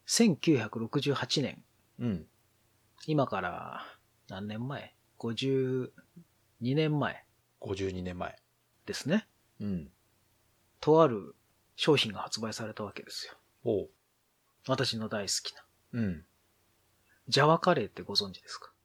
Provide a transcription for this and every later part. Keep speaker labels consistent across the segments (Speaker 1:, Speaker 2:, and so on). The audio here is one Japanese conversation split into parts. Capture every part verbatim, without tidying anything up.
Speaker 1: せんきゅうひゃくろくじゅうはちねん。
Speaker 2: うん。
Speaker 1: 今から何年前 ?ごじゅうにねんまえ。
Speaker 2: ごじゅうにねんまえ。
Speaker 1: ですね。
Speaker 2: うん。
Speaker 1: とある商品が発売されたわけですよ。
Speaker 2: おう。
Speaker 1: 私の大好きな。
Speaker 2: うん。
Speaker 1: ジャワカレーってご存知ですか？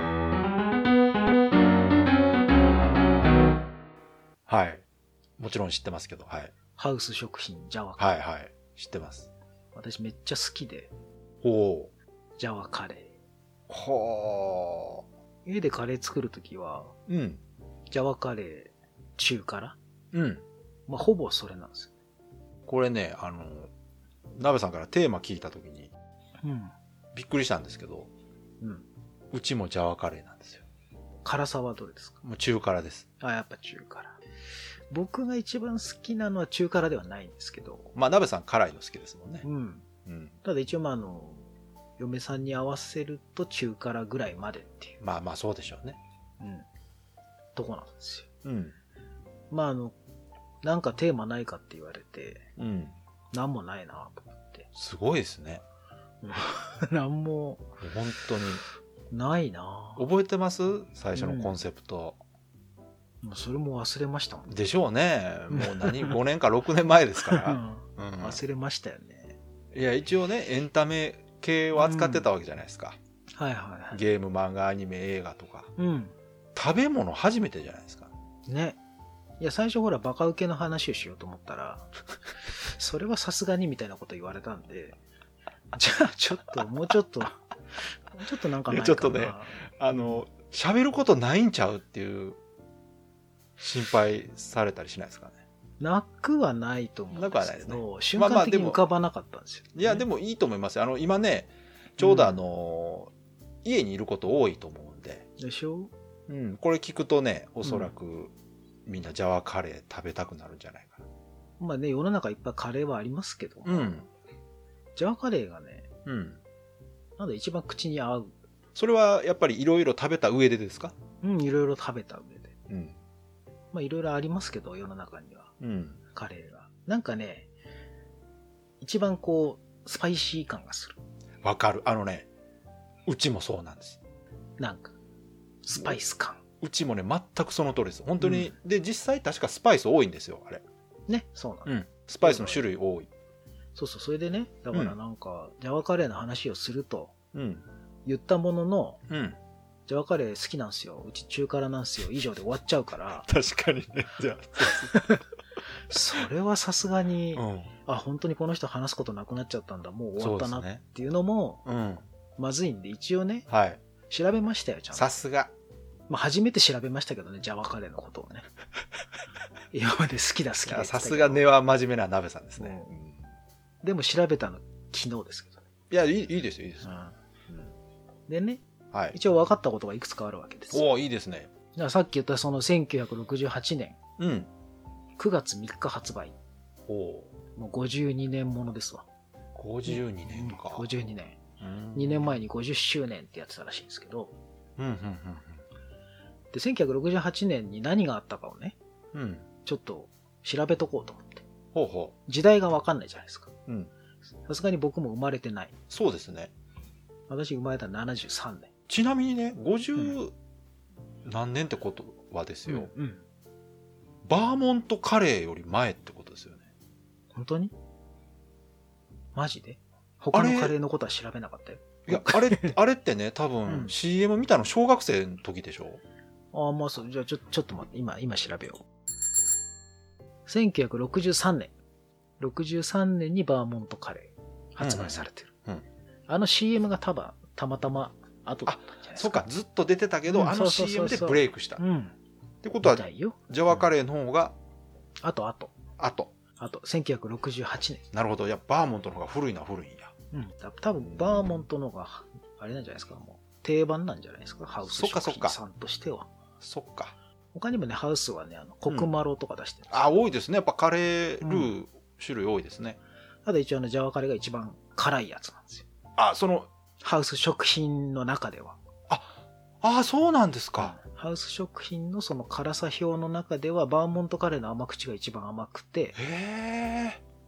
Speaker 2: はい。もちろん知ってますけど、はい。
Speaker 1: ハウス食品ジャワカレー。
Speaker 2: はいはい。知ってます。
Speaker 1: 私めっちゃ好きで、
Speaker 2: おう。
Speaker 1: ジャワカレ
Speaker 2: は
Speaker 1: ー。家でカレー作るときは、
Speaker 2: ー。うん。
Speaker 1: ジャワカレー中辛。
Speaker 2: うん。
Speaker 1: まあ、ほぼそれなんですよ。
Speaker 2: これね、あの、鍋さんからテーマ聞いたときに、
Speaker 1: うん。
Speaker 2: びっくりしたんですけど、
Speaker 1: うん。
Speaker 2: うちもジャワカレーなんですよ。
Speaker 1: 辛さはどれですか？
Speaker 2: もう中辛です。
Speaker 1: あ、やっぱ中辛。僕が一番好きなのは中辛ではないんですけど。
Speaker 2: まあ、鍋さん辛いの好きですもんね。
Speaker 1: うん。
Speaker 2: うん。
Speaker 1: ただ一応まああの、嫁さんに合わせると中辛ぐらいまでっていう。
Speaker 2: まあまあそうでしょうね。
Speaker 1: うん。とこなんですよ。
Speaker 2: うん。
Speaker 1: まああの、なんかテーマないかって言われて、
Speaker 2: うん。
Speaker 1: なんもないなと思って。
Speaker 2: すごいですね。
Speaker 1: なんも、
Speaker 2: 本当に。
Speaker 1: ないな
Speaker 2: 覚えてます？最初のコンセプト。
Speaker 1: もうそれも忘れましたもん。
Speaker 2: でしょうね。もう何ごねんかろくねんまえですから。
Speaker 1: うん、忘れましたよね。
Speaker 2: いや、一応ね、エンタメ系を扱ってたわけじゃないですか。
Speaker 1: うん、はいはいはい。
Speaker 2: ゲーム、漫画、アニメ、映画とか。
Speaker 1: うん。
Speaker 2: 食べ物初めてじゃないですか。
Speaker 1: ね。いや、最初ほら、バカウケの話をしようと思ったら、それはさすがにみたいなこと言われたんで、じゃあちょっと、もうちょっと、もうちょっとなんかないかな。
Speaker 2: ちょっとね、あの、喋ることないんちゃうっていう心配されたりしないですかね。
Speaker 1: なくはないと思うんですけど、瞬間的に浮かばなかったんですよ、ね。
Speaker 2: いや、でもいいと思いますよ。あの、今ね、ちょうどあの、うん、家にいること多いと思うんで。
Speaker 1: でしょ？
Speaker 2: うん、これ聞くとね、おそらくみんなジャワカレー食べたくなるんじゃないかな。
Speaker 1: まあね、世の中いっぱいカレーはありますけど、
Speaker 2: うん。
Speaker 1: ジャワカレーがね、
Speaker 2: うん。
Speaker 1: なんで一番口に合う。
Speaker 2: それはやっぱりいろいろ食べた上でですか？
Speaker 1: うん、いろいろ食べた上で。
Speaker 2: うん。
Speaker 1: まあいろいろありますけど、世の中には。
Speaker 2: うん。
Speaker 1: カレーが。なんかね、一番こう、スパイシー感がする。
Speaker 2: わかる。あのね、うちもそうなんです。
Speaker 1: なんか、スパイス感。
Speaker 2: うちもね、全くその通りです。本当に。うん、で、実際確かスパイス多いんですよ、あれ。
Speaker 1: ね、そうなの。
Speaker 2: うん。スパイスの種類多い。
Speaker 1: そうそう、それでね、だからなんか、うん、ジャワカレーの話をすると、
Speaker 2: うん。
Speaker 1: 言ったものの、
Speaker 2: うん。
Speaker 1: ジャワカレー好きなんすよ。うち中辛なんすよ。以上で終わっちゃうから。
Speaker 2: 確かにね。じゃあ。
Speaker 1: それはさすがに、
Speaker 2: うん、
Speaker 1: あ、本当にこの人話すことなくなっちゃったんだ。もう終わったなっていうのも、
Speaker 2: うね、うん、
Speaker 1: まずいんで、一応ね、
Speaker 2: はい、
Speaker 1: 調べましたよ、ちゃんと。
Speaker 2: さすが。
Speaker 1: まあ、初めて調べましたけどね、ジャワカレーのことをね。今まで好きだ好きだ。
Speaker 2: さすが根は真面目な鍋さんですね。
Speaker 1: うん、でも調べたの昨日ですけどね。
Speaker 2: いや、いい、いいですよ、いいですよ。
Speaker 1: うんうん、でね、
Speaker 2: はい、
Speaker 1: 一応分かったことがいくつかあるわけです。
Speaker 2: おお、いいですね。
Speaker 1: だからさっき言ったそのせんきゅうひゃくろくじゅうはちねん、
Speaker 2: うん、
Speaker 1: くがつみっか発売。
Speaker 2: おお、
Speaker 1: もうごじゅうにねんものですわ。
Speaker 2: ごじゅうにねんか。
Speaker 1: ごじゅうにねん。にねんまえにごじゅっしゅうねんってやってたらしいんですけど。
Speaker 2: うんうんうんうん、
Speaker 1: で、せんきゅうひゃくろくじゅうはちねんに何があったかをね、
Speaker 2: うん、
Speaker 1: ちょっと調べとこうと思って。
Speaker 2: ほうほう。
Speaker 1: 時代がわかんないじゃないですか。
Speaker 2: うん。
Speaker 1: さすがに僕も生まれてない。
Speaker 2: そうですね。
Speaker 1: 私生まれたのななじゅうさんねん。
Speaker 2: ちなみにね、ごじゅう何年ってことはですよ。
Speaker 1: うんうん、
Speaker 2: バーモントカレーより前ってことですよね。
Speaker 1: 本当に？マジで？他のカレーのことは調べなかったよ。
Speaker 2: いや、あれ、あれってね、多分、うん、シーエム 見たの小学生の時でしょ？
Speaker 1: ああ、まあそう。じゃあちょ、ちょっと待って。今、今調べよう。せんきゅうひゃくろくじゅうさんねん。ろくじゅうさんねんにバーモントカレー発売されてる。うんうんうん、あの シーエム が多分、たまたま後だったんじゃないですか。
Speaker 2: そうか、ずっと出てたけど、うん、あの シーエム でブレイクした。
Speaker 1: うん。
Speaker 2: ってことは、ジャワカレーの方が、
Speaker 1: あとあと。
Speaker 2: あと。
Speaker 1: あと、せんきゅうひゃくろくじゅうはちねん。
Speaker 2: なるほど。いや、バーモントの方が古いな、古いんや。
Speaker 1: うん。多分、バーモントの方が、あれなんじゃないですか。もう、定番なんじゃないですか。ハウス食品さんとしては。
Speaker 2: そっか。
Speaker 1: 他にもね、ハウスはね、あの、コクマロとか出してる、
Speaker 2: うん。あ、多いですね。やっぱカレールー、うん、種類多いですね。
Speaker 1: ただ一応ね、ジャワカレーが一番辛いやつなんですよ。
Speaker 2: あ、その、
Speaker 1: ハウス食品の中では。
Speaker 2: あ、あ、そうなんですか。
Speaker 1: うん、ハウス食品のその辛さ表の中では、バーモントカレーの甘口が一番甘くて、
Speaker 2: へー。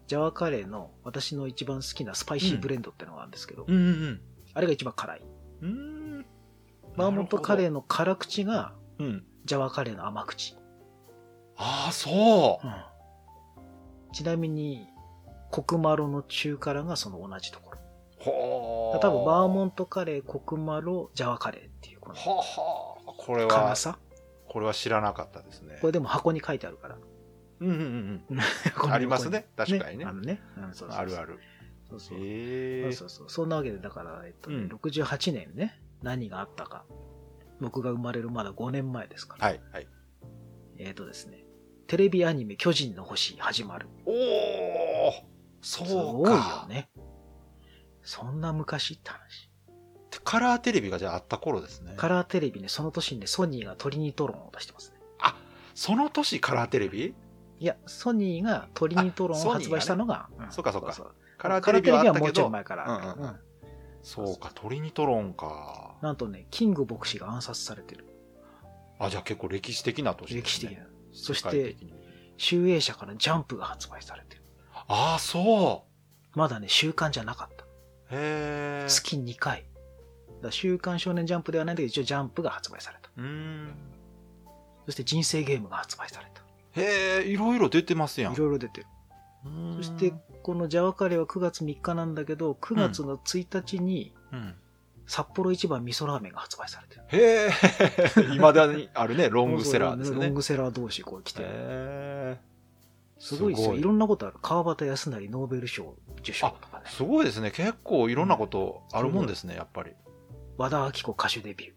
Speaker 1: ジャワカレーの私の一番好きなスパイシーブレンドってのがあるんですけど、
Speaker 2: うんうんうん。
Speaker 1: あれが一番辛い。
Speaker 2: うーん。
Speaker 1: バーモントカレーの辛口が、
Speaker 2: うん。
Speaker 1: ジャワカレーの甘口。
Speaker 2: ああ、そう。
Speaker 1: うん、ちなみに、コクマロの中辛がその同じところ。
Speaker 2: ほー。
Speaker 1: 多分、バーモントカレー、コクマロ、ジャワカレーっていうこの
Speaker 2: ははー。これは、
Speaker 1: 辛さ。
Speaker 2: これは知らなかったですね。
Speaker 1: これでも箱に書いてあるから。
Speaker 2: うんうんうん。
Speaker 1: この
Speaker 2: ありますね。確かにね。
Speaker 1: あのね。うん、そうそうそう
Speaker 2: あるある。
Speaker 1: そうそう。
Speaker 2: へえ。
Speaker 1: そうそうそう。そんなわけで、だから、えっとね、
Speaker 2: うん
Speaker 1: ろくじゅうはちねんね、何があったか。僕が生まれるまだごねんまえですから。
Speaker 2: はいはい。
Speaker 1: えっとですね、テレビアニメ巨人の星始まる。
Speaker 2: おー、そうか。
Speaker 1: すごいよね。そんな昔って話。
Speaker 2: カラーテレビがじゃああった頃ですね。
Speaker 1: カラーテレビね、その年にね、ソニーがトリニトロンを出してますね。
Speaker 2: あ、その年カラーテレビ？
Speaker 1: いや、ソニーがトリニトロンを発売したのが、
Speaker 2: ねうん、そうかそうか。
Speaker 1: そうそう
Speaker 2: カラーテレビはあったけど、
Speaker 1: もうちょい前からある、
Speaker 2: うんうんうん。そうか、トリニトロンか。
Speaker 1: なんとね、キング牧師が暗殺されてる。
Speaker 2: あ、じゃあ結構歴史的な年ですね。
Speaker 1: 歴史的な。そして、集英社からジャンプが発売されてる。
Speaker 2: ああ、そう。
Speaker 1: まだね、週刊じゃなかった。
Speaker 2: へえ。
Speaker 1: 月にかい。だ週刊少年ジャンプではないんだけど、一応ジャンプが発売された。
Speaker 2: うーん。
Speaker 1: そして人生ゲームが発売された。
Speaker 2: へえ、いろいろ出てますやん。
Speaker 1: いろいろ出てる。そして、このジャワカレーはくがつみっかなんだけど、くがつのついたちに、札幌一番味噌ラーメンが発売されてる。
Speaker 2: へえ、未だにあるね、ロングセラーですね。
Speaker 1: ロングセラー同士こう来て。
Speaker 2: へ
Speaker 1: すごいですよ。いろんなことある。川端康成ノーベル賞受賞とかね。
Speaker 2: すごいですね。結構いろんなことあるもんですね、やっぱり。
Speaker 1: 和田アキ子歌手デビュー。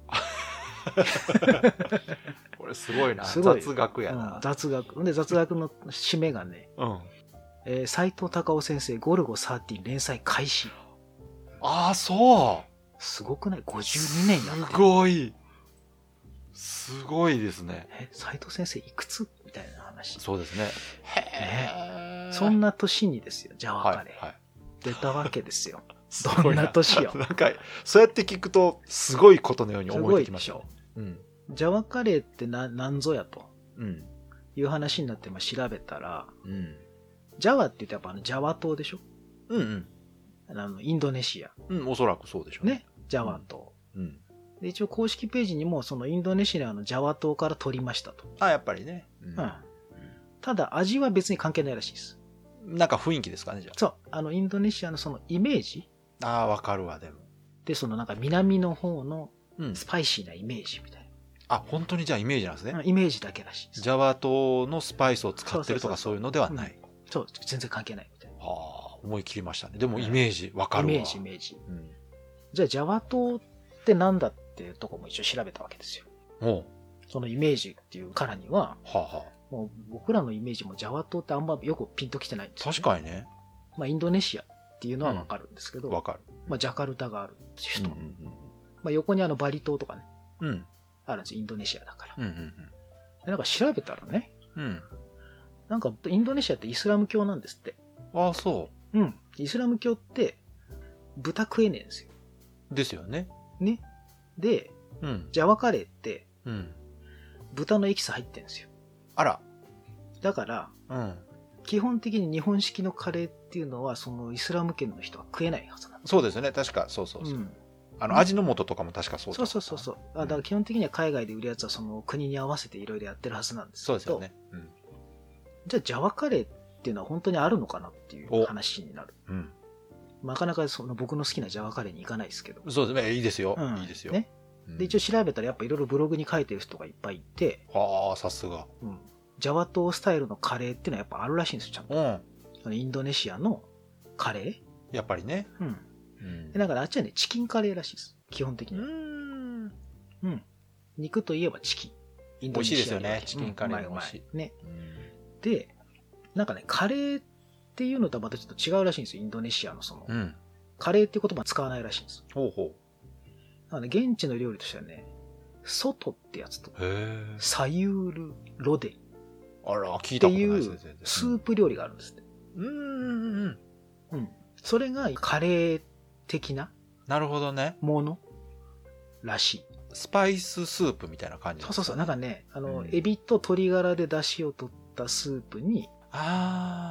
Speaker 2: これすごいな。雑学やな。
Speaker 1: うん、雑学。で、雑学の締めがね、うんえー、斉藤隆夫先生、ゴルゴじゅうさん連載開始。
Speaker 2: ああ、そう。
Speaker 1: すごくない ?ごじゅうにねんやってる。
Speaker 2: すごい。すごいですね。
Speaker 1: え、斉藤先生いくつみたいな話。
Speaker 2: そうですね。
Speaker 1: へえ。そんな年にですよ、ジャワカレー。はいはい、出たわけですよ。どんな年よ。
Speaker 2: なんか、そうやって聞くと、すごいことのように思えてきました。
Speaker 1: うん。ジャワカレーってな、なんぞやと。
Speaker 2: うん。
Speaker 1: いう話になってま調べたら、
Speaker 2: うん。
Speaker 1: ジャワって言ったらやっぱあのジャワ島でしょ？
Speaker 2: うんうん。
Speaker 1: あの、インドネシア。
Speaker 2: うん、おそらくそうでしょうね。
Speaker 1: ね。ジャワ島。
Speaker 2: うん。
Speaker 1: で、一応公式ページにもそのインドネシアのジャワ島から取りましたと。
Speaker 2: あ、やっぱりね。
Speaker 1: うん。うん、ただ味は別に関係ないらしいです。
Speaker 2: なんか雰囲気ですかね、じゃあ。
Speaker 1: そう。あの、インドネシアのそのイメージ。
Speaker 2: ああ、わかるわ、でも。
Speaker 1: で、そのなんか南の方のスパイシーなイメージみたいな。
Speaker 2: うん、あ、本当にじゃあイメージなんですね。
Speaker 1: イメージだけらしいです。
Speaker 2: ジャワ島のスパイスを使ってるとかそういうのではない。
Speaker 1: そう、全然関係ないみたいな。
Speaker 2: はあ、思い切りましたね。でもイメージわかるわ。
Speaker 1: イメージ、イメージ。うん、じゃあ、ジャワ島ってなんだっていうとこも一応調べたわけですよ。
Speaker 2: おう
Speaker 1: そのイメージっていうからには、
Speaker 2: はあはあ、
Speaker 1: もう僕らのイメージもジャワ島ってあんまよくピンときてないんですよ、ね。
Speaker 2: 確かにね。
Speaker 1: まあ、インドネシアっていうのはわかるんですけど、
Speaker 2: わ、うん、かる。
Speaker 1: まあ、ジャカルタがある首都。
Speaker 2: うんうんうん、
Speaker 1: まあ、横にあのバリ島とかね、
Speaker 2: うん、
Speaker 1: あるんですよ、インドネシアだから。
Speaker 2: うんうんうん、
Speaker 1: でなんか調べたらね、
Speaker 2: うん、
Speaker 1: なんかインドネシアってイスラム教なんですって。
Speaker 2: ああ、そう。
Speaker 1: うん。イスラム教って豚食えねえんですよ。
Speaker 2: ですよね。
Speaker 1: ね。で、
Speaker 2: うん、
Speaker 1: ジャワカレーって、
Speaker 2: うん、
Speaker 1: 豚のエキス入ってるんですよ。
Speaker 2: あら。
Speaker 1: だから、
Speaker 2: うん、
Speaker 1: 基本的に日本式のカレーっていうのは、そのイスラム圏の人は食えないはずなんです。
Speaker 2: そうですよね。確か、そうそうそう。うん、あの、味の素とかも確かそうだ、
Speaker 1: そうそうそうそう。だから基本的には海外で売るやつはその国に合わせていろいろやってるはずなんですけど。
Speaker 2: そうですよね。うん、
Speaker 1: じゃあ、ジャワカレーっていうのは本当にあるのかなっていう話になる。
Speaker 2: うん、
Speaker 1: なかなかその僕の好きなジャワカレーに行かないですけど。
Speaker 2: そうですね。いいですよ。うん、いいですよ。
Speaker 1: ね。で、一応調べたらやっぱいろいろブログに書いてる人がいっぱいいて。
Speaker 2: はあ、さすが。
Speaker 1: うん。ジャワ島スタイルのカレーっていうのはやっぱあるらしいんですよ、ちゃんと。うん。インドネシアのカレー
Speaker 2: やっぱりね。
Speaker 1: うん。うん、で、だからあっちはね、チキンカレーらしいです。基本的には。
Speaker 2: うーん。
Speaker 1: うん。肉といえばチキン。
Speaker 2: インドネシア美味しいですよね。チキンカレーも美味しい。
Speaker 1: ね。で、なんかね、カレーっていうのとはまたちょっと違うらしいんですよ。インドネシアのその。うん、カレーっていう言葉は使わないらしいんです。
Speaker 2: ほうほう。
Speaker 1: なので、現地の料理としてはね、ソトってやつと、サユールロデ。
Speaker 2: あら、聞いたことないですね。
Speaker 1: っていうスープ料理があるんですって。
Speaker 2: うん。うん。
Speaker 1: うん。それがカレー的な。
Speaker 2: なるほどね。
Speaker 1: ものらしい。
Speaker 2: スパイススープみたいな感じですか、ね、
Speaker 1: そうそうそう。なんかね、あの、うん、エビと鶏ガラで出汁を取ったスープに、
Speaker 2: あ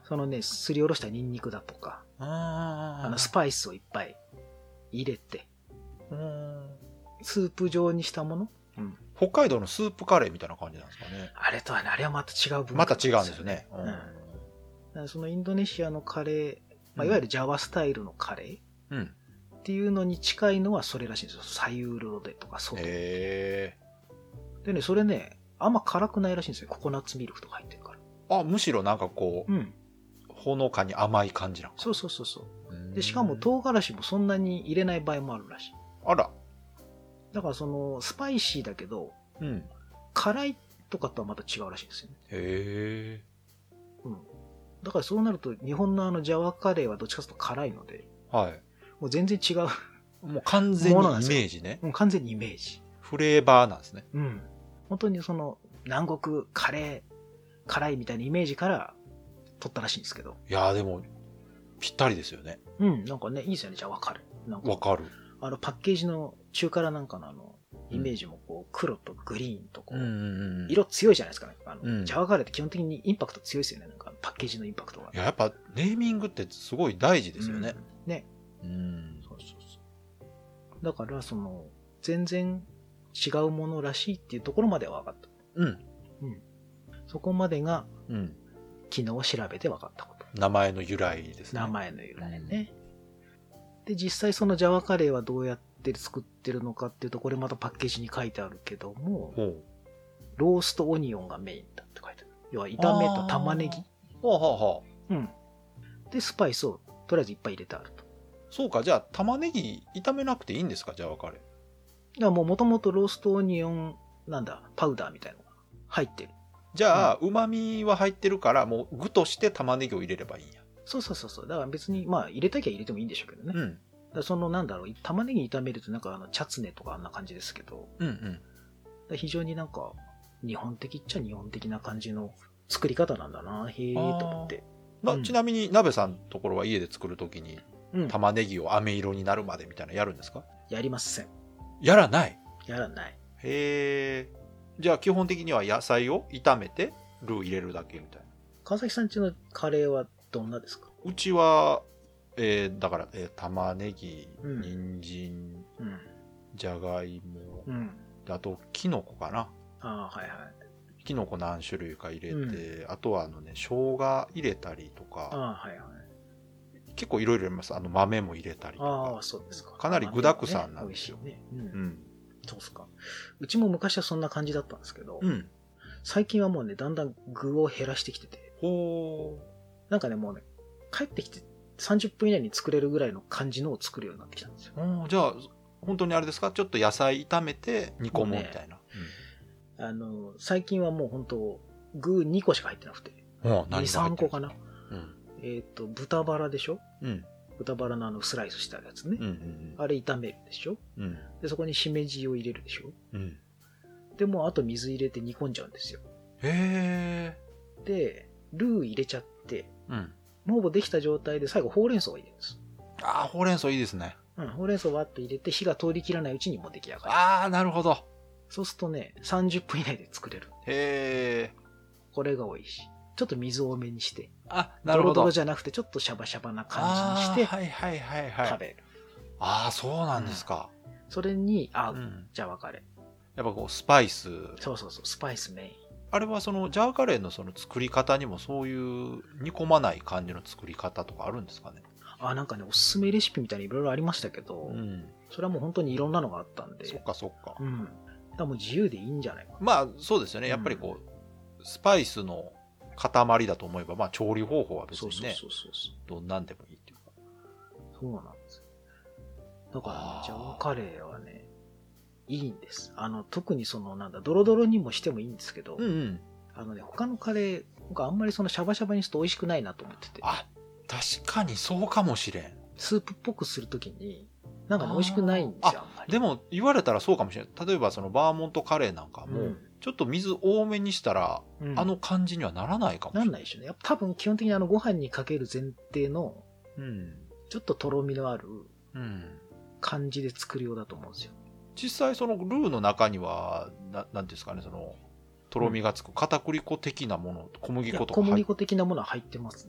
Speaker 1: そのね、すりおろしたニンニクだとか、
Speaker 2: あ
Speaker 1: あのスパイスをいっぱい入れて、
Speaker 2: うん。
Speaker 1: スープ状にしたもの、うん、
Speaker 2: 北海道のスープカレーみたいな感じなんですかね。
Speaker 1: あれとはね、あれはまた違う文化、
Speaker 2: また違うんですよね。うん。
Speaker 1: うん、だからそのインドネシアのカレー、まあ、いわゆるジャワスタイルのカレー、うん、っていうのに近いのはそれらしいんですよ。サユーロデとかソト。
Speaker 2: へ
Speaker 1: ー。でね、それね、あんま辛くないらしいんですよ。ココナッツミルクとか入ってるから。
Speaker 2: あ、むしろなんかこう、うん、ほのかに甘い感じなのか。
Speaker 1: そうそうそうそう。で、しかも唐辛子もそんなに入れない場合もあるらしい。
Speaker 2: あら。
Speaker 1: だからその、スパイシーだけど、うん、辛いとかとはまた違うらしいんですよね。
Speaker 2: へ
Speaker 1: ー。うん。だからそうなると、日本のあのジャワカレーはどっちかというと辛いので、
Speaker 2: はい。
Speaker 1: もう全然違う。
Speaker 2: もう完全にイメージね。
Speaker 1: もう完全にイメージ。
Speaker 2: フレーバーなんですね。
Speaker 1: うん。本当にその、南国カレー、辛いみたいなイメージから取ったらしいんですけど。
Speaker 2: いやーでも、ぴったりですよね。
Speaker 1: うん、なんかね、いいですよね、ジャワカレー。なんか
Speaker 2: わかる。
Speaker 1: あの、パッケージの中辛なんかのあの、イメージもこう、黒とグリーンとこう、うんうんうん、色強いじゃないですかね。あの、うん、ジャワカレーって基本的にインパクト強いですよね。なんかパッケージのインパクトが。
Speaker 2: いや、やっぱネーミングってすごい大事ですよね。
Speaker 1: うん、ね。うん。そうそうそう。だから、その、全然違うものらしいっていうところまでは分かった。うん。うん。そこまでが、うん、昨日調べて分かったこと。
Speaker 2: 名前の由来ですね。
Speaker 1: 名前の由来ね。うん、で、実際そのジャワカレーはどうやって作ってるのかっていうと、これまたパッケージに書いてあるけども、ローストオニオンがメインだって書いてある。要は炒めた玉ねぎ。
Speaker 2: ほうほうほ
Speaker 1: う。うん。で、スパイスをとりあえずいっぱい入れてあると。
Speaker 2: そうか、じゃあ玉ねぎ炒めなくていいんですか、ジャワカレー。
Speaker 1: いや、もう元々ローストオニオン、なんだ、パウダーみたいなのが入ってる。
Speaker 2: じゃあ、うん、旨味は入ってるから、もう具として玉ねぎを入れればいいんや。
Speaker 1: そうそうそうそう。だから別に、まあ入れたきゃ入れてもいいんでしょうけどね。うん。だそのなんだろう、玉ねぎ炒めるとなんかあの、チャツネとかあんな感じですけど。うんうん。だ非常になんか、日本的っちゃ日本的な感じの作り方なんだな、へえと思って。
Speaker 2: な、うん、ちなみに、鍋さんのところは家で作るときに、うん、玉ねぎを飴色になるまでみたいなやるんですか？
Speaker 1: やりません。
Speaker 2: やらない？
Speaker 1: やらない。
Speaker 2: へえ。じゃあ基本的には野菜を炒めて、ルー入れるだけみたいな。
Speaker 1: 川崎さんちのカレーはどんなですか？
Speaker 2: うちは、えー、だから、えー、玉ねぎ、うん、人参、うん、じゃがいも、うん、あと、キノコかな。
Speaker 1: ああ、はいはい。
Speaker 2: キノコ何種類か入れて、うん、あとはあのね、生姜入れたりとか、
Speaker 1: ああ、はいはい。
Speaker 2: 結構いろいろあります。あの、豆も入れたりとか。
Speaker 1: ああ、そうですか。
Speaker 2: かなり具沢山なんですよ。
Speaker 1: ね、美味しいね。うん。うん、そうっすか。うちも昔はそんな感じだったんですけど、
Speaker 2: うん、
Speaker 1: 最近はもうね、だんだん具を減らしてきてて。
Speaker 2: ほー。
Speaker 1: なんかね、もうね、帰ってきてさんじゅっぷん以内に作れるぐらいの感じのを作るようになってきたんですよ。
Speaker 2: じゃあ、本当にあれですか？ちょっと野菜炒めて煮込むみたいな。ね、
Speaker 1: うん、あの、最近はもう本当具にこしか入ってなくて。に、さんこかな。うん、えっと、豚バラでしょ？うん。豚バラのあのスライスしたやつね。うんうんうん、あれ炒めるでしょ？うん。で、そこにしめじを入れるでしょ？うん。で、もうあと水入れて煮込んじゃうんですよ。
Speaker 2: へ
Speaker 1: ー。で、ルー入れちゃって、うん。もうできた状態で最後ほうれん草を入れるんです。
Speaker 2: ああ、ほうれん草いいですね。
Speaker 1: うん、ほうれん草をわっと入れて火が通り切らないうちにもう出来上がる。
Speaker 2: ああ、なるほど。
Speaker 1: そうするとね、さんじゅっぷん以内で作れる。
Speaker 2: へえ。
Speaker 1: これが美味しい。ちょっと水多めにして。
Speaker 2: あ、なるほど。
Speaker 1: ドロドロじゃなくてちょっとシャバシャバな感じにして。
Speaker 2: はいはいはいはい。
Speaker 1: 食べる。
Speaker 2: ああ、そうなんですか。
Speaker 1: うん、それに合う、うん、ジャワカレー。
Speaker 2: やっぱこう、スパイス。
Speaker 1: そうそうそう、スパイスメイン。
Speaker 2: あれはそのジャワカレーのその作り方にもそういう煮込まない感じの作り方とかあるんですかね？
Speaker 1: あ、なんかね、おすすめレシピみたいにいろいろありましたけど、うん、それはもう本当にいろんなのがあったんで。
Speaker 2: そっかそっか。
Speaker 1: うん。だからもう自由でいいんじゃないかな。
Speaker 2: まあそうですよね。やっぱりこう、うん、スパイスの塊だと思えば、まあ調理方法は別にね、そうそうそうそう、どんなんでもいいっていうか。
Speaker 1: そうなんですよ。だからね、ジャワカレーはね、いいんです。あの、特にその、なんだ、ドロドロにもしてもいいんですけど、うんうん、あのね、他のカレー、僕あんまりそのシャバシャバにすると美味しくないなと思ってて。
Speaker 2: あ、確かにそうかもしれん。
Speaker 1: スープっぽくするときに、なんかね、美味しくないんですよ、あんまり。
Speaker 2: でも、言われたらそうかもしれない。例えばそのバーモントカレーなんかも、うん、ちょっと水多めにしたら、うん、あの感じにはならないかもしれない。
Speaker 1: なんないでしょうね。やっぱ多分基本的にあのご飯にかける前提の、うん、ちょっととろみのある感じで作るようだと思うんですよ。
Speaker 2: 実際そのルーの中には、ななんていうんですかね、その、とろみがつく片栗粉的なもの、小麦粉とか。
Speaker 1: 小麦粉的なものは入ってますね。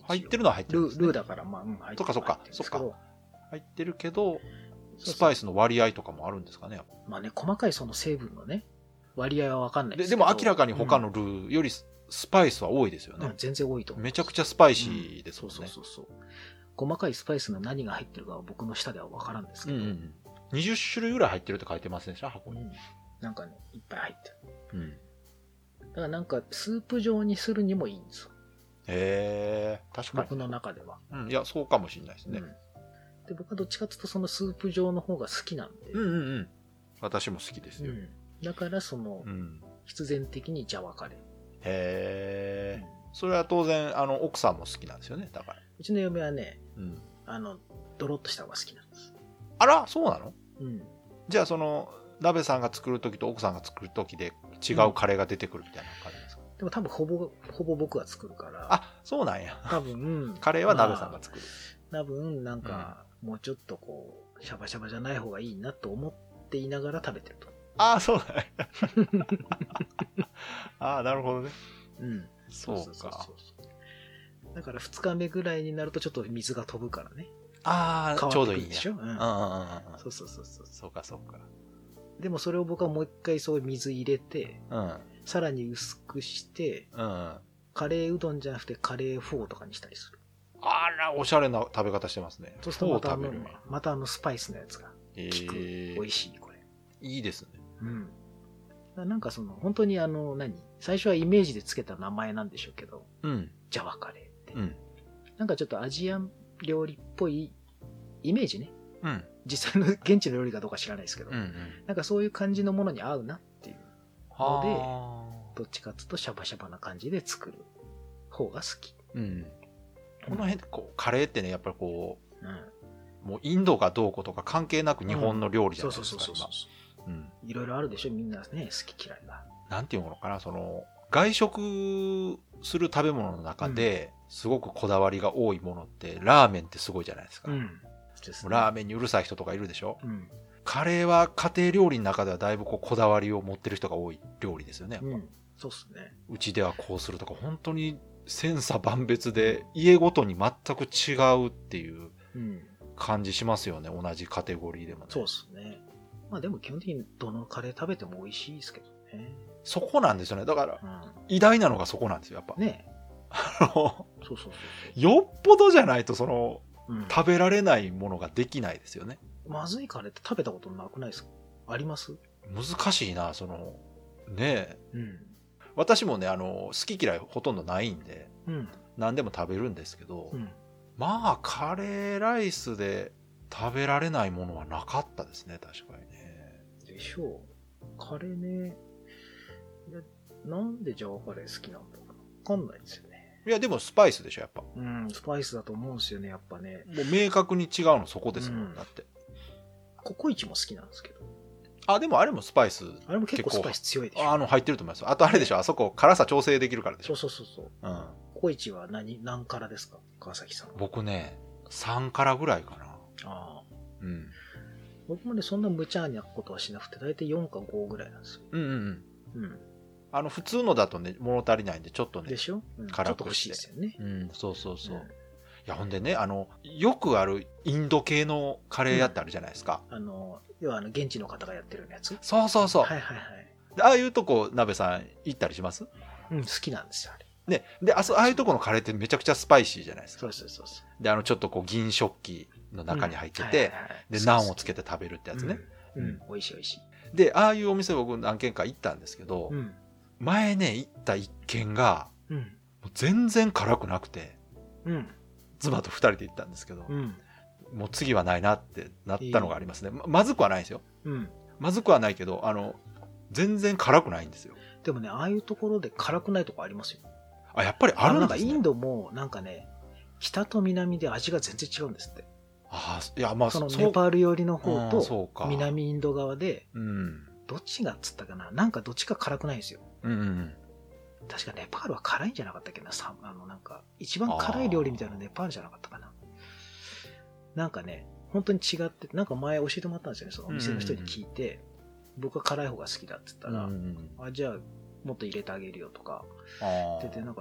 Speaker 2: 入ってるのは入ってるんです、ね、
Speaker 1: ルー、ルーだから、まあ、うん、入ってる。
Speaker 2: そっかそっか、そっか。入ってるけど、スパイスの割合とかもあるんですかね。
Speaker 1: まあね、細かいその成分のね、割合はわかんない
Speaker 2: ですけど。で、でも明らかに他のルーよりスパイスは多いですよね。
Speaker 1: うん、全然多いと思う。
Speaker 2: めちゃくちゃスパイシーですもんね、うん。
Speaker 1: そうそうそうそう。細かいスパイスの何が入ってるかは僕の下ではわからんですけど。うんうん、
Speaker 2: にじゅっしゅるいぐらい入ってるって書いてませんでした、箱に、うん。
Speaker 1: なんかね、いっぱい入ってる。うん。だからなんか、スープ状にするにもいいんですよ。
Speaker 2: へえ、確かに。
Speaker 1: 僕の中では。
Speaker 2: うん、いや、そうかもしれないですね。うん、
Speaker 1: で、僕はどっちかというとそのスープ状の方が好きなんで。
Speaker 2: うんうんうん。私も好きですよ。うん、
Speaker 1: だからその、うん、必然的にジャワカレー。へ
Speaker 2: え、うん。それは当然、あの、奥さんも好きなんですよね、だから。
Speaker 1: うちの嫁はね、うん、あの、ドロッとした方が好きなんです。
Speaker 2: あら、そうなの？うん。じゃあその、鍋さんが作るときと奥さんが作るときで違うカレーが出てくるみたいな感じですか？
Speaker 1: でも多分ほぼ、ほぼ僕が作るから。
Speaker 2: あ、そうなんや。
Speaker 1: 多分、
Speaker 2: カレーは鍋さんが作る。
Speaker 1: まあ、多分、なんか、もうちょっとこう、シャバシャバじゃない方がいいなと思っていながら食べてると。
Speaker 2: ああ、そうなんや。ああ、なるほどね。
Speaker 1: うん。そうか。そうそうそうそうだからふつかめぐらいになるとちょっと水が飛ぶからね。
Speaker 2: ああ、ちょうどいいでしょ。
Speaker 1: うん。うんうんうん。そうそうそうそう。
Speaker 2: そうかそうか。
Speaker 1: でもそれを僕はもう一回そう水入れて、うん、さらに薄くして、うん、カレーうどんじゃなくてカレーフォーとかにしたりする。
Speaker 2: あら、おしゃれな食べ方してますね。
Speaker 1: そうするとまたあの、またあのスパイスのやつが効く。えー、美味しい、これ。
Speaker 2: いいですね。
Speaker 1: うん。なんかその、本当にあの、何最初はイメージでつけた名前なんでしょうけど、うん、ジャワカレーって。うん、なんかちょっとアジアン料理っぽいイメージね。うん。実際の現地の料理かどうか知らないですけど、うんうん、なんかそういう感じのものに合うなっていうので、どっちかっていうとシャバシャバな感じで作る方が好き。うん。
Speaker 2: この辺、こう、カレーってね、やっぱりこう、うん、もうインドがどうこうとか関係なく日本の料理じゃないですか、今。
Speaker 1: うん。いろいろあるでしょ、みんなね、好き嫌いが。
Speaker 2: なんていうのかな、その、外食する食べ物の中で、すごくこだわりが多いものって、ラーメンってすごいじゃないですか。うんですね、ラーメンにうるさい人とかいるでしょ、うん、カレーは家庭料理の中ではだいぶこうこだわりを持ってる人が多い料理ですよね。
Speaker 1: うん、そうっすね。
Speaker 2: うちではこうするとか本当に千差万別で家ごとに全く違うっていう感じしますよね、同じカテゴリーでもね。
Speaker 1: そうっすね。まあでも基本的にどのカレー食べても美味しいですけどね。
Speaker 2: そこなんですよね。だから、うん、偉大なのがそこなんですよ、やっぱ。ね。あの、そうそうそうそう。よっぽどじゃないとその、うん、食べられないものができないですよね。
Speaker 1: まずいカレーって食べたことなくないですか？あります？
Speaker 2: 難しいな、その、ねえ。うん、私もね、あの、好き嫌いほとんどないんで、うん、何でも食べるんですけど、うん、まあ、カレーライスで食べられないものはなかったですね、確かにね。
Speaker 1: でしょう。カレーね、いや、なんでジャワカレー好きなんだろう。わかんないですよね。
Speaker 2: いや、でもスパイスでしょ、やっぱ。
Speaker 1: うん、スパイスだと思うんですよね、やっぱね。
Speaker 2: もう明確に違うのそこですもん、うん、だって。
Speaker 1: ココイチも好きなんですけど。
Speaker 2: あ、でもあれもスパイス。
Speaker 1: あれも結構スパイス強いでしょ。
Speaker 2: あの、入ってると思います。あとあれでしょ、あそこ辛さ調整できるからでしょ。
Speaker 1: そうそうそうそう。うん。ココイチは何、何辛ですか、川崎さん。
Speaker 2: 僕ね、さん辛ぐらいかな。ああ。
Speaker 1: うん。僕もね、そんな無茶なことはしなくて、だいたいよんかごぐらいなんですよ。うんうんうん。うん。
Speaker 2: あの、普通のだとね、物足りないんで、ちょっとね。
Speaker 1: でしょ、うん、
Speaker 2: 辛くして。
Speaker 1: ちょっと欲しいですよね。
Speaker 2: うん、そうそうそう。うん、いや、ほんでね、あの、よくあるインド系のカレー屋ってあるじゃないですか。
Speaker 1: うん、あの、要はあの、現地の方がやってるやつ。
Speaker 2: そうそうそう。
Speaker 1: はいはいはい。
Speaker 2: ああいうとこ、鍋さん行ったりします？
Speaker 1: うん、好きなんですよ、あれ。
Speaker 2: ね。で、あそ、ああいうとこのカレーってめちゃくちゃスパイシーじゃないですか。
Speaker 1: そうそうそうそう。
Speaker 2: で、あの、ちょっとこう、銀食器の中に入ってて、で、ナンをつけて食べるってやつね。
Speaker 1: うん、うん、美味しい美味しい。
Speaker 2: で、ああいうお店僕何軒か行ったんですけど、うん、前ね、行った一軒が、うん、もう全然辛くなくて、うん、妻と二人で行ったんですけど、うん、もう次はないなってなったのがありますね。ま、まずくはないですよ。うん、まずくはないけど、あの、全然辛くないんですよ。
Speaker 1: でもね、ああいうところで辛くないとこありますよ。
Speaker 2: あ、やっぱりあるんですね。
Speaker 1: なんかインドも、なんかね、北と南で味が全然違うんですって。
Speaker 2: ああ、いや、まあ、
Speaker 1: そのネパール寄りの方と、南インド側で、うん、どっちがっつったかな、なんかどっちか辛くないんですよ。うんうん、確かネパールは辛いんじゃなかったっけな、あの、なんか、一番辛い料理みたいなネパールじゃなかったかな。なんかね、本当に違って、なんか前教えてもらったんですよね、そのお店の人に聞いて、うんうん、僕は辛い方が好きだって言ったら、うんうん、あ、じゃあ、もっと入れてあげるよとか、って言って、なんか、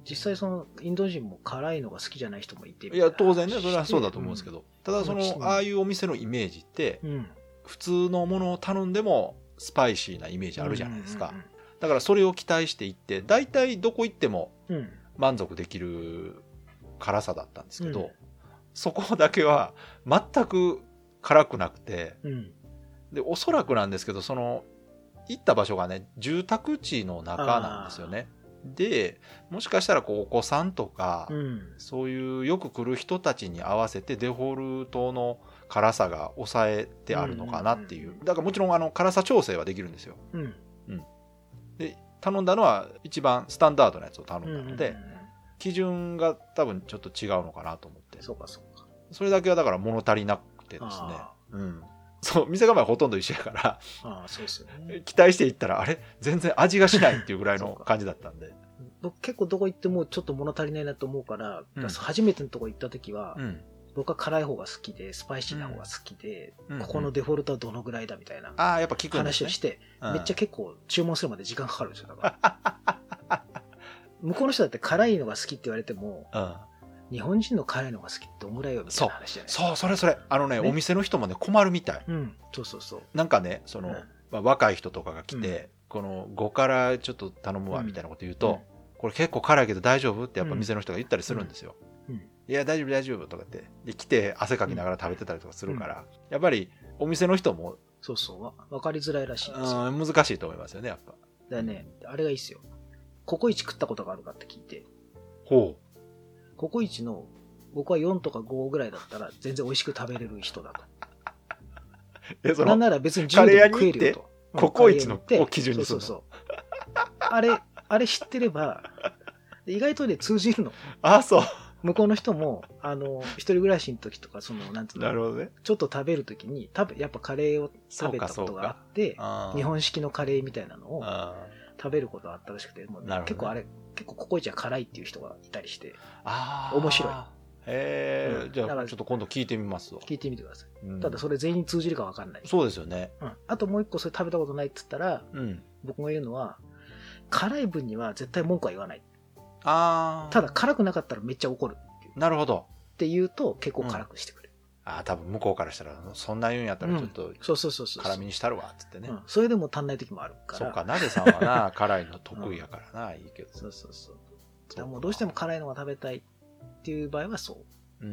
Speaker 1: 実際そのインド人も辛いのが好きじゃない人もいて
Speaker 2: いや当然ねそれはそうだと思うんですけど、うん、ただそのああいうお店のイメージって、うん、普通のものを頼んでもスパイシーなイメージあるじゃないですか、うんうんうんうん、だからそれを期待していって大体どこ行っても満足できる辛さだったんですけど、うん、そこだけは全く辛くなくて、うん、でおそらくなんですけどその行った場所がね住宅地の中なんですよね。でもしかしたらこうお子さんとか、うん、そういうよく来る人たちに合わせてデフォルトの辛さが抑えてあるのかなっていう、うんうんうん、だからもちろんあの辛さ調整はできるんですよ、うんうん、で頼んだのは一番スタンダードなやつを頼んだので、うんうんうん、基準が多分ちょっと違うのかなと思って、
Speaker 1: そうかそうか、
Speaker 2: それだけはだから物足りなくてですね、うん、そう店構えはほとんど一緒やから
Speaker 1: あそうですよね、
Speaker 2: 期待していったらあれ全然味がしないっていうぐらいの感じだったんで
Speaker 1: 僕結構どこ行ってもちょっと物足りないなと思うから、うん、初めてのとこ行った時は、うん、僕は辛い方が好きでスパイシーな方が好きで、うん、ここのデフォルトはどのぐらいだみたいな話をして、うん、めっちゃ結構注文するまで時間かかるんですよだから向こうの人だって辛いのが好きって言われても、うん日本人の辛いのが好きってどんぐらいよみたいな話じゃないですか。そう、それそれ。あのね、ねお店の人もね、困るみたい。うん。そうそうそう。なんかね、その、うんまあ、若い人とかが来て、うん、このご辛ちょっと頼むわみたいなこと言うと、うん、これ結構辛いけど大丈夫ってやっぱ店の人が言ったりするんですよ。うんうん、いや、大丈夫大丈夫とかって。で、来て汗かきながら食べてたりとかするから、うん、やっぱりお店の人も、 そうそう、わかりづらいらしいんですよ。
Speaker 2: 難しいと思いますよね、やっぱ。だ
Speaker 1: からね、あれがいいっすよ。ココイチ食ったことがあるかって聞いて。
Speaker 2: ほう。
Speaker 1: ココイチの僕はよんとかごぐらいだったら全然美味しく食べれる人だと。えそのなんなら別にじゅうでも食えるよと。
Speaker 2: ココイチのを基準にするの。そうそうそう。
Speaker 1: あれ、あれ知ってれば、意外とね通じるの。
Speaker 2: あ、そう。
Speaker 1: 向こうの人も、あの、一人暮らしの時とか、その、なんつうの、
Speaker 2: なるほどね、
Speaker 1: ちょっと食べる時に、食べ、やっぱカレーを食べたことがあって、日本式のカレーみたいなのを食べることがあったらしくて、もうね、結構あれ、結構ココイチは辛いっていう人がいたりして、あ面白い。
Speaker 2: へえ、うん、じゃあちょっと今度聞いてみますわ。
Speaker 1: 聞いてみてください。うん、ただそれ全員通じるか分かんない。
Speaker 2: そうですよね。
Speaker 1: うん。あともう一個それ食べたことないって言ったら、うん、僕が言うのは、辛い分には絶対文句は言わない。あただ辛くなかったらめっちゃ怒るっていう。
Speaker 2: なるほど。
Speaker 1: って言うと結構辛くしてくれる。
Speaker 2: うん、ああ、多分向こうからしたら、そんな言うんやったらちょっと、そうそうそうそう。辛みにしたるわ、つってね。うん。
Speaker 1: それでも足んない時もあるから。
Speaker 2: そっか、なべさんはな、辛いの得意やからな、うん、いいけど。
Speaker 1: そうそうそう。だからもうどうしても辛いのが食べたいっていう場合はそう。うん。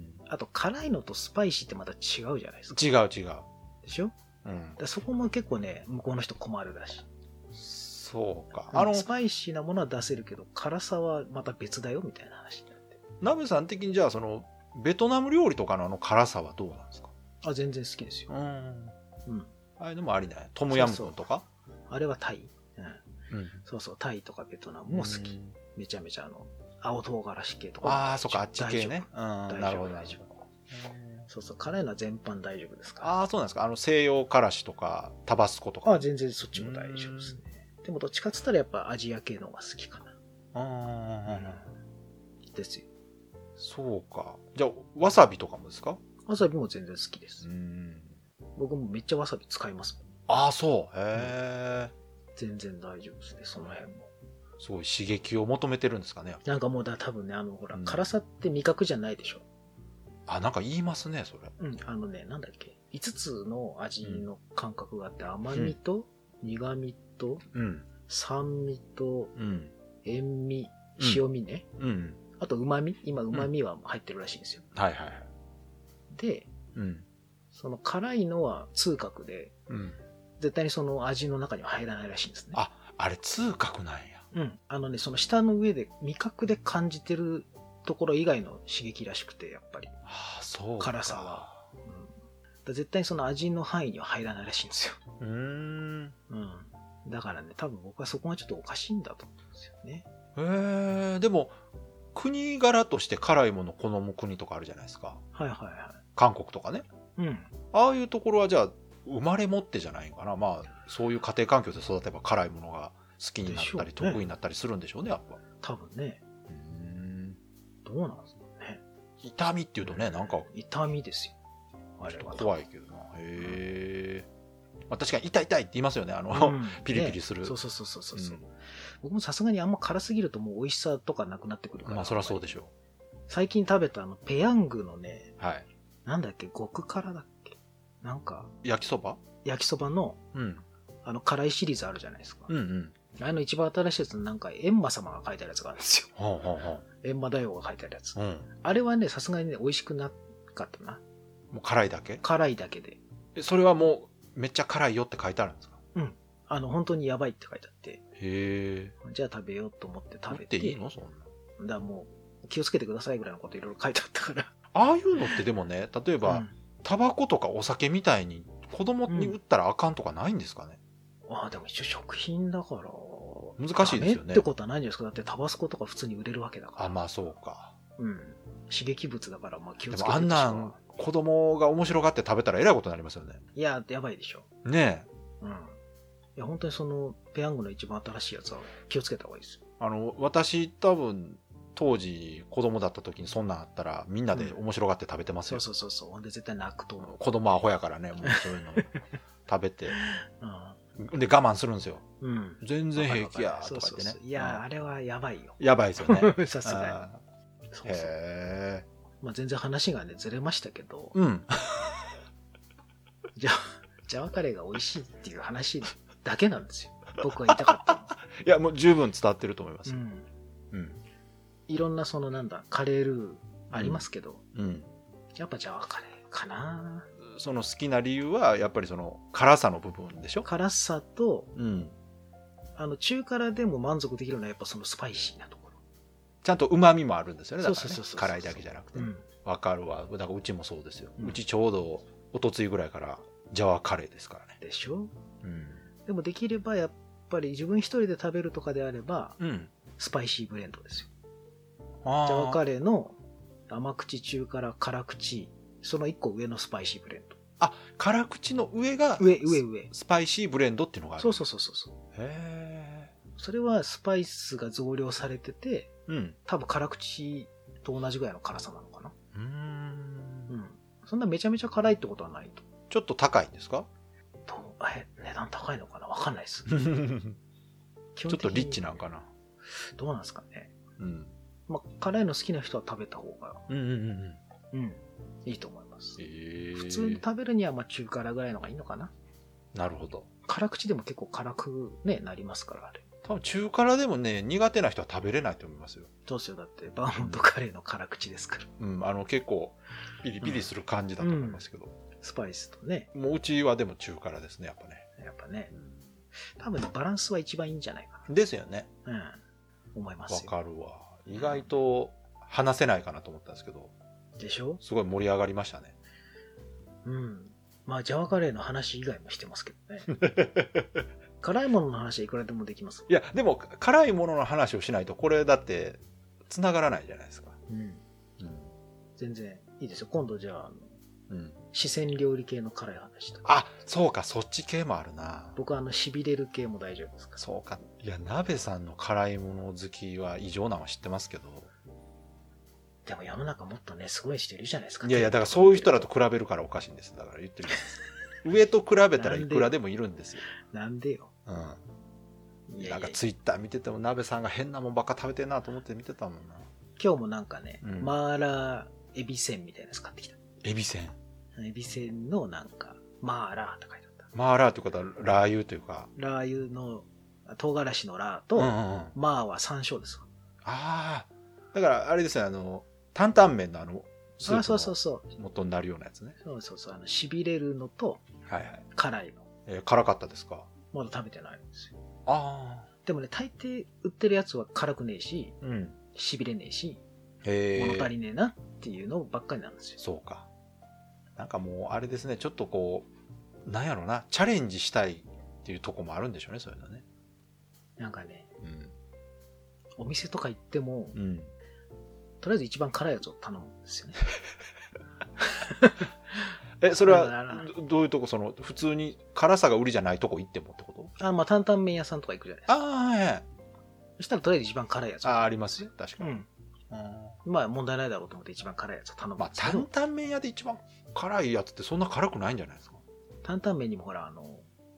Speaker 1: あと、辛いのとスパイシーってまた違うじゃないですか。
Speaker 2: 違う違う。
Speaker 1: でしょうん。だそこも結構ね、向こうの人困るらしい。
Speaker 2: そうか。
Speaker 1: あの、スパイシーなものは出せるけど、辛さはまた別だよみたいな話になって。
Speaker 2: ナベさん的にじゃあ、その、ベトナム料理とかのあの辛さはどうなんですか？
Speaker 1: あ、全然好きですよ。うん。
Speaker 2: うん。ああいうのもありない。トムヤムクンとか？
Speaker 1: そうそうあれはタイ。うん。うん。そうそう、タイとかベトナムも好き。めちゃめちゃあの、青唐辛子系とか。
Speaker 2: ああ、そっか、あっち系ね。うん。なるほど、大丈夫。
Speaker 1: そうそう、辛いのは全般大丈夫ですから。
Speaker 2: ああ、そうなんですか。あの、西洋辛子とか、タバスコとか。
Speaker 1: ああ、全然そっちも大丈夫ですね。でもどっちかっつったらやっぱアジア系の方が好きかな。ああ、ですよ。
Speaker 2: そうか。じゃあ、わさびとかもですか？
Speaker 1: わさびも全然好きです。うん僕もめっちゃわさび使いますもん。
Speaker 2: ああ、そう。へえ、
Speaker 1: うん。全然大丈夫ですね、その辺も。
Speaker 2: すごい刺激を求めてるんですかね。
Speaker 1: なんかもうだ多分ね、あの、ほら、うん、辛さって味覚じゃないでしょ。
Speaker 2: あ、なんか言いますね、それ。
Speaker 1: うん、あのね、なんだっけ。いつつの味の感覚があって、甘みと苦みと、うん、酸味と、うん、塩味、塩味ね。うん。あと、旨味今、旨味は入ってるらしいんですよ。うん、はいはいはい。で、うん、その辛いのは痛覚で、うん、絶対にその味の中には入らないらしいんですね。
Speaker 2: あ、あれ痛覚なんや。
Speaker 1: うん。あのね、その舌の上で味覚で感じてるところ以外の刺激らしくて、やっぱり。
Speaker 2: はあ、そうか。
Speaker 1: 辛さは。うん、だ絶対にその味の範囲には入らないらしいんですよ。うーん。うん。だからね、多分僕はそこがちょっとおかしいんだと思うんですよね。
Speaker 2: へえ、でも、国柄として辛いものを好む国とかあるじゃないですか。
Speaker 1: はいはいはい。
Speaker 2: 韓国とかね。うん。ああいうところはじゃあ、生まれ持ってじゃないかな。まあ、そういう家庭環境で育てば辛いものが好きになったり、ね、得意になったりするんでしょうね、やっぱ。
Speaker 1: 多分ね。うーん。どうなんですかね。
Speaker 2: 痛みっていうとね、なんか。
Speaker 1: 痛みですよ。
Speaker 2: あれは怖いけどな。へえ。 まあ、確かに痛い痛いって言いますよね。あの、うん、ピリピリする。
Speaker 1: ね、そうそうそうそうそう、うん。僕もさすがにあんま辛すぎるともう美味しさとかなくなってくるから。
Speaker 2: まあそりゃそうでしょう。
Speaker 1: 最近食べたあの、ペヤングのね、
Speaker 2: はい。
Speaker 1: なんだっけ、極辛だっけなんか。
Speaker 2: 焼きそば
Speaker 1: 焼きそばの、うん。あの、辛いシリーズあるじゃないですか。うんうん。あれの一番新しいやつのなんか、閻魔様が書いてあるやつがあるんですよ。ほうほうほう。閻魔大王が書いてあるやつ。うん。あれはね、さすがにね、美味しくなかったな。
Speaker 2: もう辛いだけ
Speaker 1: 辛いだけで。
Speaker 2: それはもう、めっちゃ辛いよって書いてあるんですか？
Speaker 1: うん。あの、本当にやばいって書いてあって。
Speaker 2: へえ。
Speaker 1: じゃあ食べようと思って食べて。
Speaker 2: 食べていいのそんな。
Speaker 1: だからもう、気をつけてくださいぐらいのこといろいろ書いてあったから。
Speaker 2: ああいうのってでもね、例えば、うん、タバコとかお酒みたいに子供に売ったらあかんとかないんですかね？うん、あ
Speaker 1: あ、でも一応食品だから。
Speaker 2: 難しいですよね。
Speaker 1: ってことはないんじゃないですか。だってタバスコとか普通に売れるわけだから。
Speaker 2: あ、まあそうか。
Speaker 1: うん。刺激物だからまあ気をつけて。
Speaker 2: でもあんなん子供が面白がって食べたらえらいことになりますよね。
Speaker 1: いや、やばいでしょ。
Speaker 2: ねえ。
Speaker 1: うん。いや、本当にその、ペヤングの一番新しいやつは気をつけた方がいいですよ。
Speaker 2: あの、私多分、当時子供だった時にそんなんあったらみんなで面白がって食べてますよ。
Speaker 1: うん、そうそうそうそう。ほんで絶対泣くと思う。
Speaker 2: 子供アホやからね、もうそういうの食べて。うん、で我慢するんですよ。うん、全然平気やとか言ってね。そうそうそう、
Speaker 1: いや、うん、あれはやばいよ。
Speaker 2: やばいですよね。
Speaker 1: さすがに。そうそう。へまあ全然話がねずれましたけど。うん。じゃジャワカレーが美味しいっていう話だけなんですよ。僕は言いたかったの。
Speaker 2: いやもう十分伝わってると思います。うん。
Speaker 1: うん、いろんなそのなんだカレールーありますけど、うんうん、やっぱジャワカレーかな。
Speaker 2: その好きな理由はやっぱりその辛さの部分でしょ。
Speaker 1: 辛さと、うん、あの中辛でも満足できるのはやっぱそのスパイシーなところ。
Speaker 2: ちゃんと旨味もあるんですよね。だからね、辛いだけじゃなくて。わ、うん、かるわ。だからうちもそうですよ。うん、うちちょうどおとついぐらいからジャワカレーですからね。
Speaker 1: でしょ。うん、でもできればやっぱり自分一人で食べるとかであれば、うん、スパイシーブレンドですよ。ジャワカレーの甘口、中辛、辛口、その一個上のスパイシーブレンド。
Speaker 2: あ、辛口の上が
Speaker 1: 上、上、上。
Speaker 2: スパイシーブレンドっていうのがある。
Speaker 1: そうそうそうそう。へー。それはスパイスが増量されてて、うん、多分辛口と同じぐらいの辛さなのかな。うーん。うん。そんなめちゃめちゃ辛いってことはないと。
Speaker 2: ちょっと高いんですか？
Speaker 1: とえ、値段高いのかなわかんないです。
Speaker 2: ちょっとリッチなんかな。
Speaker 1: どうなんですかね。うん。まあ、辛いの好きな人は食べた方が、うんうんうん、うん、いいと思います。えー、普通に食べるにはまあ中辛ぐらいのがいいのかな。
Speaker 2: なるほど。
Speaker 1: 辛口でも結構辛くねなりますからあれ。
Speaker 2: 多分中辛でもね苦手な人は食べれないと思いますよ。
Speaker 1: どうしようだってバーモントカレーの辛口ですから。
Speaker 2: うん、あの結構ピリピリする感じだと思いますけど。うんうん、
Speaker 1: スパイスとね。
Speaker 2: もううちはでも中辛ですねやっぱね。
Speaker 1: やっぱね。うん、多分、ね、バランスは一番いいんじゃないかな。
Speaker 2: ですよね。
Speaker 1: うん。思いますよ。
Speaker 2: わかるわ。意外と話せないかなと思ったんですけど。
Speaker 1: でしょ？
Speaker 2: すごい盛り上がりましたね。
Speaker 1: うん。まあ、ジャワカレーの話以外もしてますけどね。辛いものの話はいくらでもできます。
Speaker 2: いや、でも、辛いものの話をしないと、これだって、繋がらないじゃないですか。うん。うん、
Speaker 1: 全然いいですよ。今度じゃあ、うん、四川料理系の辛い話と
Speaker 2: か。あ、そうか、そっち系もあるな。
Speaker 1: 僕はあの、痺れる系も大丈夫ですか？
Speaker 2: そうか。いや、鍋さんの辛いもの好きは異常なのは知ってますけど。
Speaker 1: でも世の中もっとね、すごい人いるじゃないですか。
Speaker 2: いやいや、だからそういう人らと比べるからおかしいんです。だから言ってるんです。上と比べたらいくらでもいるんですよ。
Speaker 1: なんでよ。
Speaker 2: うん。いやいやなんかツイッター見てても鍋さんが変なもんばっか食べてんなと思って見てたもんな。
Speaker 1: 今日もなんかね、うん、マーラーエビせんみたいなやつ買ってきた。
Speaker 2: エビせん
Speaker 1: エビせんのなんか、マーラーって書いてあった。
Speaker 2: マーラーってことはラー油というか。
Speaker 1: ラー油の、唐辛子のラーと、うんうんうん、マーは山椒ですわ。
Speaker 2: ああ。だからあれですよ、あの、担々麺のあの、
Speaker 1: スープ
Speaker 2: の元になるようなやつね。
Speaker 1: そうそうそう。あの、痺れるのと、はいはい。辛いの。
Speaker 2: えー、辛かったですか？
Speaker 1: まだ食べてないんですよ。ああ。でもね、大抵売ってるやつは辛くねえし、うん。痺れねえし、へ物足りねえなっていうのばっかりなんですよ。
Speaker 2: そうか。なんかもう、あれですね、ちょっとこう、なんやろな、チャレンジしたいっていうとこもあるんでしょうね、そういうのね。
Speaker 1: なんかね、うん。お店とか行っても、うん。とりあえず一番辛いやつを頼むんですよね。
Speaker 2: え、それはどういうとこ、その普通に辛さが売りじゃないとこ行ってもってこと？
Speaker 1: あ、まあ担々麺屋さんとか行くじゃないですか。
Speaker 2: ああ、はい。
Speaker 1: そしたらとりあえず一番辛いやつ。
Speaker 2: ああ、ありますよ、確かに。うん。
Speaker 1: まあ問題ないだろうと思って一番辛いやつを頼むんですけど。
Speaker 2: まあ担々麺屋で一番辛いやつってそんな辛くないんじゃないですか？
Speaker 1: 担々麺にもほらあの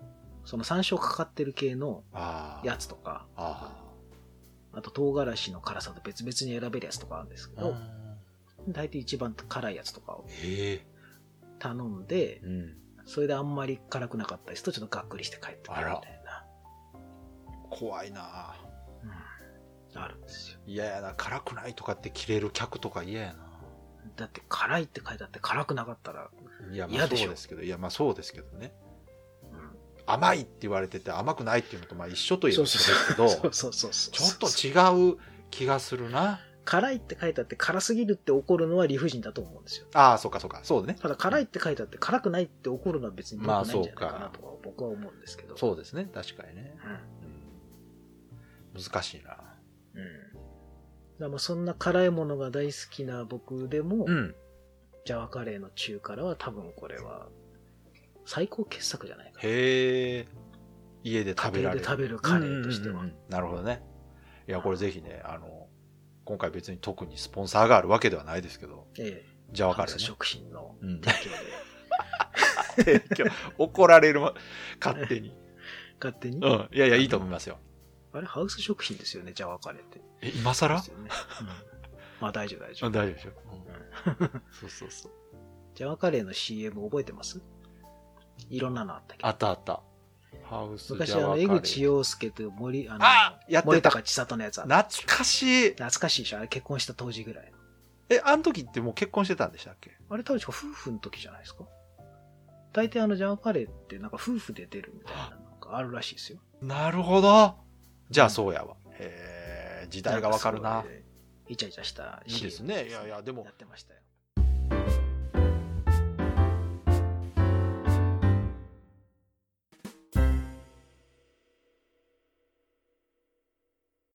Speaker 1: その山椒かかってる系のやつとか、あ, あと唐辛子の辛さと別々に選べるやつとかあるんですけど、大体一番辛いやつとかを頼んで、うん、それであんまり辛くなかったりするとちょっとがっくりして帰ってくるみたいな。
Speaker 2: 怖いな、
Speaker 1: うん、あるんですよ。
Speaker 2: 嫌やな、辛くないとかって切れる客とか嫌やな。
Speaker 1: だって辛いって書いてあって辛くなかったら嫌でしょ。
Speaker 2: いや、まあそうですけど、いやまあそうですけどね。甘いって言われてて甘くないっていうのとまあ一緒と言えばそうですけど、ちょっと違う気がするな。
Speaker 1: 辛いって書いてあって辛すぎるって怒るのは理不尽だと思うんですよ。
Speaker 2: ああ、そうかそうか、そうね。
Speaker 1: ただ辛いって書いてあって辛くないって怒るのは別に良くないんじゃないかなとは僕は思うんですけど。
Speaker 2: そうですね、確かにね。うん、難しいな。
Speaker 1: うん。だからそんな辛いものが大好きな僕でも、うん、ジャワカレーの中辛は多分これは最高傑作じゃないかな。
Speaker 2: へえ。家で食べられる。
Speaker 1: 家で食べるカレーとしては。うんうんうん、
Speaker 2: なるほどね。いや、これぜひね、あの、今回別に特にスポンサーがあるわけではないですけど、ええ、
Speaker 1: ジャワカレー、ね。食品の提供
Speaker 2: で。提供。怒られる、勝手に。
Speaker 1: 勝手に
Speaker 2: うん。いやいや、いいと思いますよ。
Speaker 1: あれ、ハウス食品ですよね、ジャワカレーって。
Speaker 2: え、今更、ね、うん、
Speaker 1: まあ大丈夫、大丈夫。
Speaker 2: 大丈夫でしょ。うん、そうそうそう。
Speaker 1: ジャワカレーの シーエム 覚えてます？いろんなのあったけど。
Speaker 2: あったあった。ハウス
Speaker 1: 昔あの江口洋介と森あの
Speaker 2: あやってた
Speaker 1: 森高千里のやつあった。
Speaker 2: 懐かしい。
Speaker 1: 懐かしいでしょ。あれ結婚した当時ぐらいの。
Speaker 2: え、あの時ってもう結婚してたんでしたっけ？
Speaker 1: あれ確か夫婦の時じゃないですか。大体あのジャワカレーってなんか夫婦で出るみたいなのがあるらしいですよ。
Speaker 2: なるほど。じゃあそうやわ。へえ、時代がわかるな。
Speaker 1: イチャイチャした
Speaker 2: シーエム いいですね。いやいやでも
Speaker 1: やってましたよ。